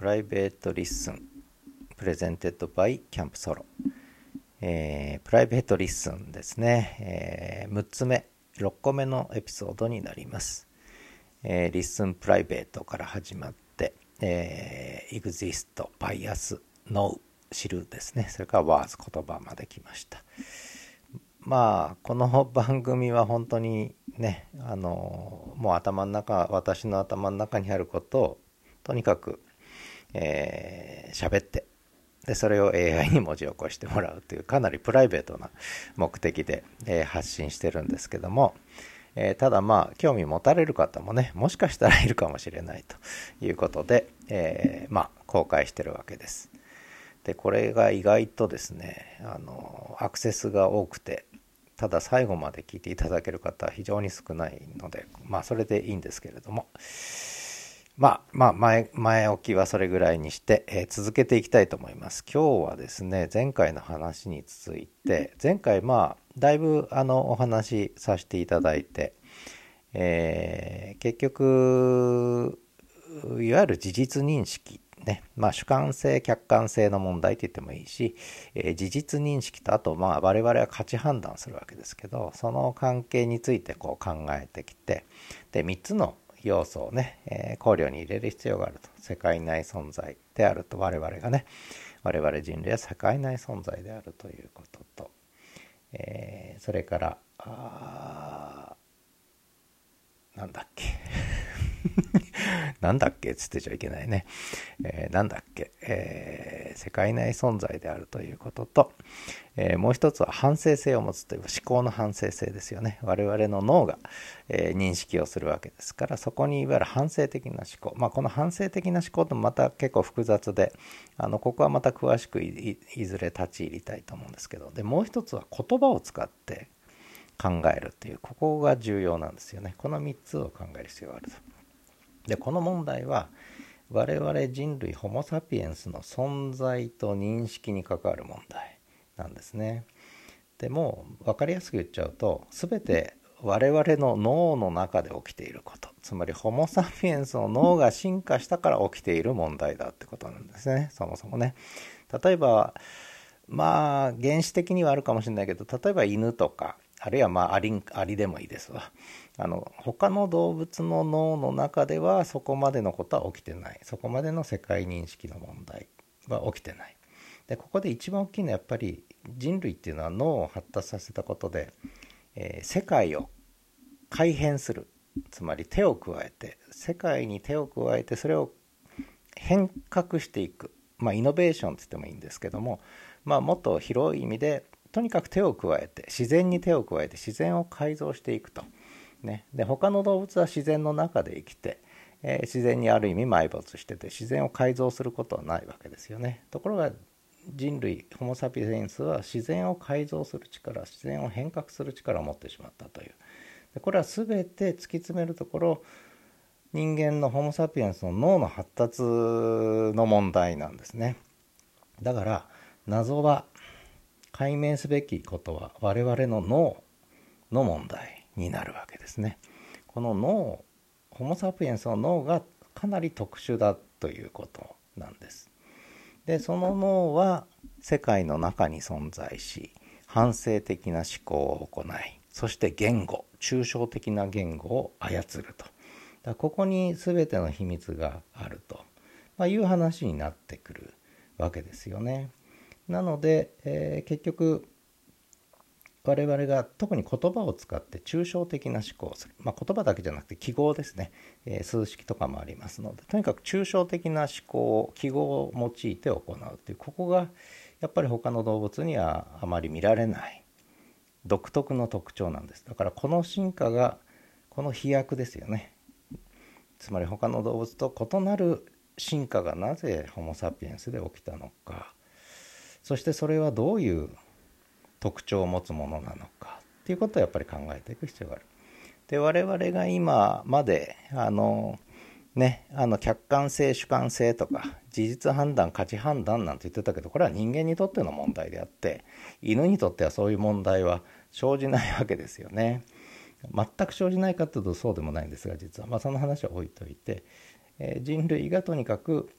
プライベートリッスンプレゼンテッドバイキャンプソロ、プライベートリッスンですね、6つ目6個目のエピソードになります。リッスンプライベートから始まって、exist、バイアス、know、知るですね、それから words、言葉まで来ました。この番組は本当にね、もう私の頭の中にあることをとにかく喋って、でそれを AI に文字起こしてもらうというかなりプライベートな目的で、発信してるんですけども、ただ興味持たれる方もね、もしかしたらいるかもしれないということで、公開してるわけです。でこれが意外とですね、アクセスが多くて、ただ最後まで聞いていただける方は非常に少ないので、それでいいんですけれども、前置きはそれぐらいにして、続けていきたいと思います。今日はですね、前回の話に続いて、前回だいぶお話しさせていただいて、結局いわゆる事実認識ね、主観性客観性の問題と言ってもいいし、事実認識と、あと我々は価値判断するわけですけど、その関係について考えてきて、で3つの要素をね、考慮に入れる必要があると。世界内存在であると、我々人類は世界内存在であるということと、それからなんだっけつってちゃいけないね、世界内存在であるということと、もう一つは反省性を持つという思考の反省性ですよね。我々の脳が、認識をするわけですから、そこにいわゆる反省的な思考、この反省的な思考ともまた結構複雑で、ここはまた詳しく いずれ立ち入りたいと思うんですけど、でもう一つは言葉を使って考えるという、ここが重要なんですよね。この3つを考える必要があると。でこの問題は我々人類ホモ・サピエンスの存在と認識に関わる問題なんですね。でも分かりやすく言っちゃうと、全て我々の脳の中で起きていること、つまりホモ・サピエンスの脳が進化したから起きている問題だってことなんですね。そもそもね、例えば原始的にはあるかもしれないけど、例えば犬とか、あるいはアリでもいいですわ。他の動物の脳の中ではそこまでのことは起きてない。そこまでの世界認識の問題は起きてない。でここで一番大きいのはやっぱり人類っていうのは脳を発達させたことで、世界を改変する、つまり世界に手を加えてそれを変革していく、イノベーションって言ってもいいんですけども、もっと広い意味でとにかく自然に手を加えて自然を改造していくと、で他の動物は自然の中で生きて、自然にある意味埋没してて自然を改造することはないわけですよね。ところが人類ホモ・サピエンスは自然を改造する力、自然を変革する力を持ってしまったという。でこれは全て突き詰めるところ、人間のホモ・サピエンスの脳の発達の問題なんですね。だから謎は、解明すべきことは我々の脳の問題になるわけですね。この脳、ホモ・サピエンスの脳がかなり特殊だということなんです。でその脳は世界の中に存在し、反省的な思考を行い、そして抽象的な言語を操ると。ここに全ての秘密があると、いう話になってくるわけですよね。なので、結局我々が特に言葉を使って抽象的な思考をする、言葉だけじゃなくて記号ですね、数式とかもありますので、とにかく抽象的な思考、記号を用いて行うという、ここがやっぱり他の動物にはあまり見られない独特の特徴なんです。だからこの進化が、この飛躍ですよね。つまり他の動物と異なる進化がなぜホモ・サピエンスで起きたのか、そしてそれはどういう特徴を持つものなのかっていうことをやっぱり考えていく必要がある。で我々が今まで客観性主観性とか事実判断価値判断なんて言ってたけど、これは人間にとっての問題であって、犬にとってはそういう問題は生じないわけですよね。全く生じないかというとそうでもないんですが、実はその話は置いといて、人類がとにかく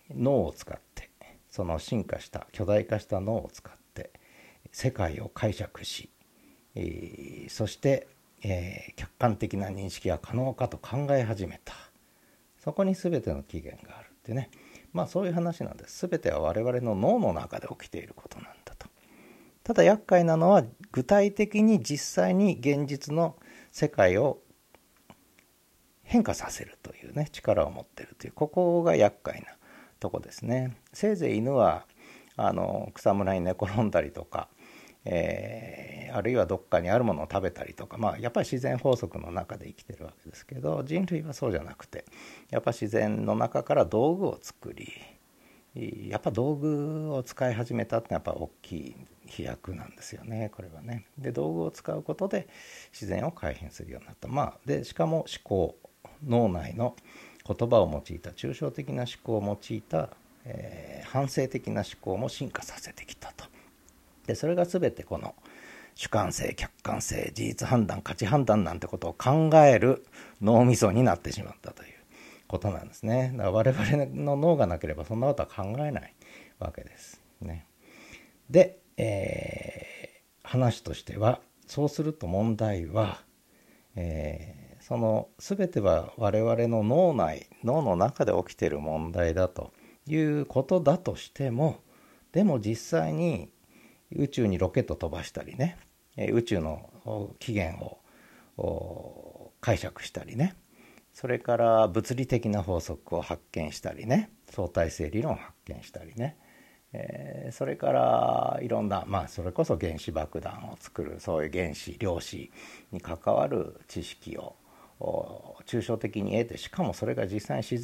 脳を使って、その進化した巨大化した脳を使って世界を解釈し、そして、客観的な認識が可能かと考え始めた。そこに全ての起源があるってね、そういう話なんです。全ては我々の脳の中で起きていることなんだと。ただ厄介なのは、具体的に実際に現実の世界を変化させるというね、力を持っているという、ここが厄介なとこですね。せいぜい犬は草むらに寝転んだりとか、あるいはどっかにあるものを食べたりとか、やっぱり自然法則の中で生きてるわけですけど、人類はそうじゃなくて、やっぱ自然の中から道具を作り、やっぱ道具を使い始めたってやっぱ大きい飛躍なんですよね、これはね。で、道具を使うことで自然を改変するようになった。でしかも思考、脳内の言葉を用いた抽象的な思考を用いた、反省的な思考も進化させてきたと。でそれが全てこの主観性、客観性、事実判断、価値判断なんてことを考える脳みそになってしまったということなんですね。だから我々の脳がなければそんなことは考えないわけですね。で、話としては、そうすると問題は、その全ては我々の脳の中で起きている問題だということだとしても、でも実際に宇宙にロケット飛ばしたりね、宇宙の起源を解釈したりね、それから物理的な法則を発見したりね、相対性理論を発見したりね、それからいろんな、それこそ原子爆弾を作る、そういう原子量子に関わる知識を抽象的に得て、しかもそれが実際に自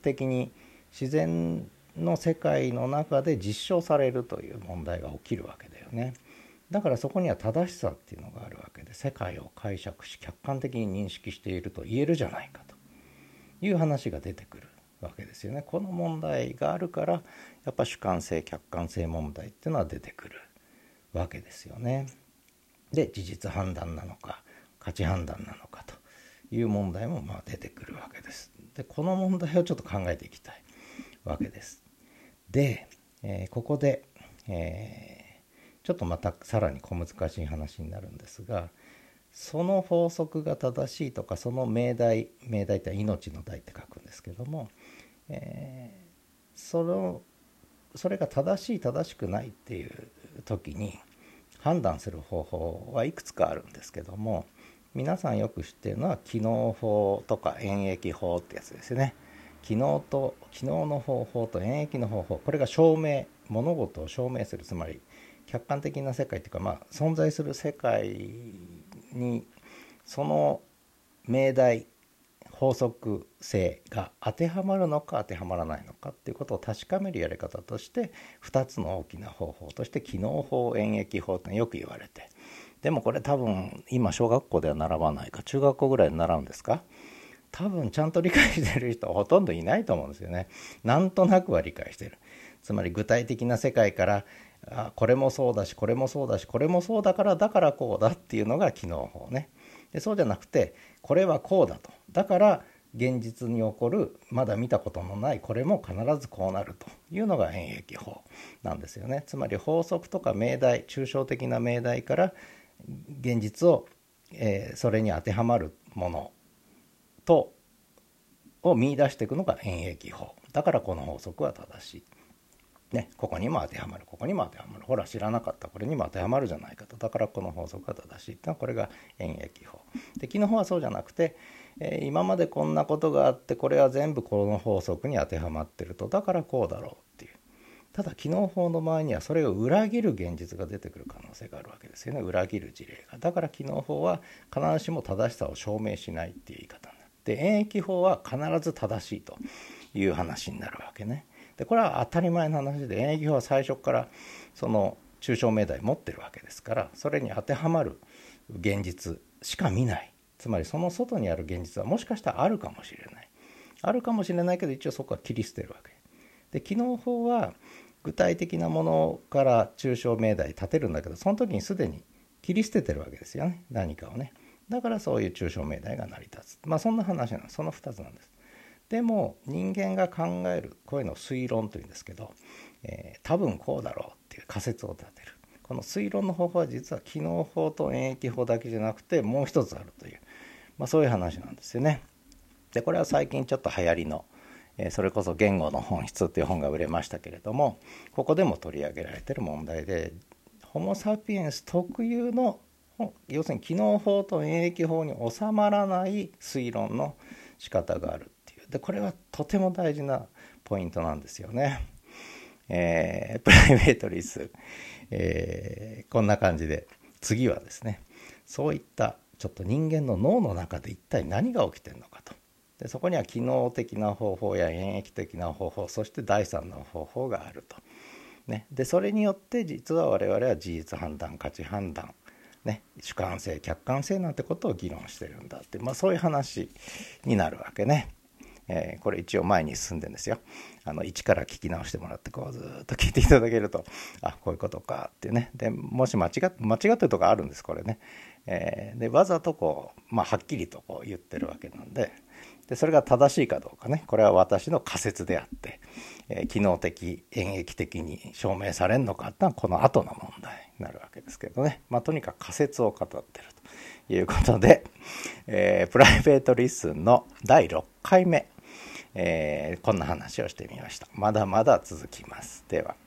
然の世界の中で実証されるという問題が起きるわけだよね。だからそこには正しさっていうのがあるわけで、世界を解釈し客観的に認識していると言えるじゃないかという話が出てくるわけですよね。この問題があるから、やっぱ主観性客観性問題っていうのは出てくるわけですよね。で、事実判断なのか価値判断なのかという問題も出てくるわけです。で、この問題をちょっと考えていきたいわけです。で、ここで、ちょっとまたさらに小難しい話になるんですが、その法則が正しいとか、その命題って命の題って書くんですけども、それが正しい正しくないっていう時に判断する方法はいくつかあるんですけども、皆さんよく知っているのは機能法とか演繹法ってやつですよね。機能の方法と演繹の方法、これが物事を証明する、つまり客観的な世界というか、存在する世界にその命題法則性が当てはまるのか当てはまらないのかっていうことを確かめるやり方として、2つの大きな方法として機能法、演繹法ってよく言われて、でもこれ多分今小学校では習わないか、中学校ぐらいで習うんですか。多分ちゃんと理解してる人はほとんどいないと思うんですよね。なんとなくは理解してる。つまり具体的な世界から、これもそうだしこれもそうだしこれもそうだからこうだっていうのが機能法ね。でそうじゃなくて、これはこうだと、だから現実に起こるまだ見たことのないこれも必ずこうなるというのが演繹法なんですよね。つまり法則とか命題、抽象的な命題から現実を、それに当てはまるものを見出していくのが演繹法だから、この法則は正しいね、ここにも当てはまる、ここにも当てはまる、ほら知らなかった、これにも当てはまるじゃないかと、だからこの法則が正しいってのは、これが演繹法で、機能法はそうじゃなくて、今までこんなことがあって、これは全部この法則に当てはまってると、だからこうだろうっていう。ただ機能法の場合にはそれを裏切る現実が出てくる可能性があるわけですよね。裏切る事例が。だから機能法は必ずしも正しさを証明しないっていう言い方になって、演繹法は必ず正しいという話になるわけね。でこれは当たり前の話で、演繹法は最初からその抽象命題持ってるわけですから、それに当てはまる現実しか見ない。つまりその外にある現実はもしかしたらあるかもしれないけど、一応そこは切り捨てるわけで、機能法は具体的なものから抽象命題立てるんだけど、その時にすでに切り捨ててるわけですよね、何かをね。だからそういう抽象命題が成り立つ。そんな話なんです。その2つなんです。 でも人間が考えるこういうのを推論というんですけど、多分こうだろうっていう仮説を立てる。この推論の方法は実は機能法と演疫法だけじゃなくてもう一つあるという、そういう話なんですよね。でこれは最近ちょっと流行りの、それこそ言語の本質っていう本が売れましたけれども、ここでも取り上げられている問題で、ホモ・サピエンス特有の要するに機能法と演疫法に収まらない推論の仕方があるっていう。でこれはとても大事なポイントなんですよね。プライベートリス、こんな感じで、次はですね、そういったちょっと人間の脳の中で一体何が起きてるのかと。でそこには機能的な方法や演疫的な方法、そして第三の方法があると、ね、でそれによって実は我々は事実判断、価値判断、ね、主観性、客観性なんてことを議論してるんだって、そういう話になるわけね。これ一応前に進んでるんですよ。一から聞き直してもらってこうずっと聞いていただけると、こういうことかっていうね。でもし間違ってるとこあるんですこれね。でわざとこう、はっきりとこう言ってるわけなんで、それが正しいかどうかね、これは私の仮説であって、機能的演疫的に証明されるのかってのはこの後の問題になるわけですけどね。とにかく仮説を語ってるということで、プライベートリッスンの第6回目、こんな話をしてみました。まだまだ続きます。では。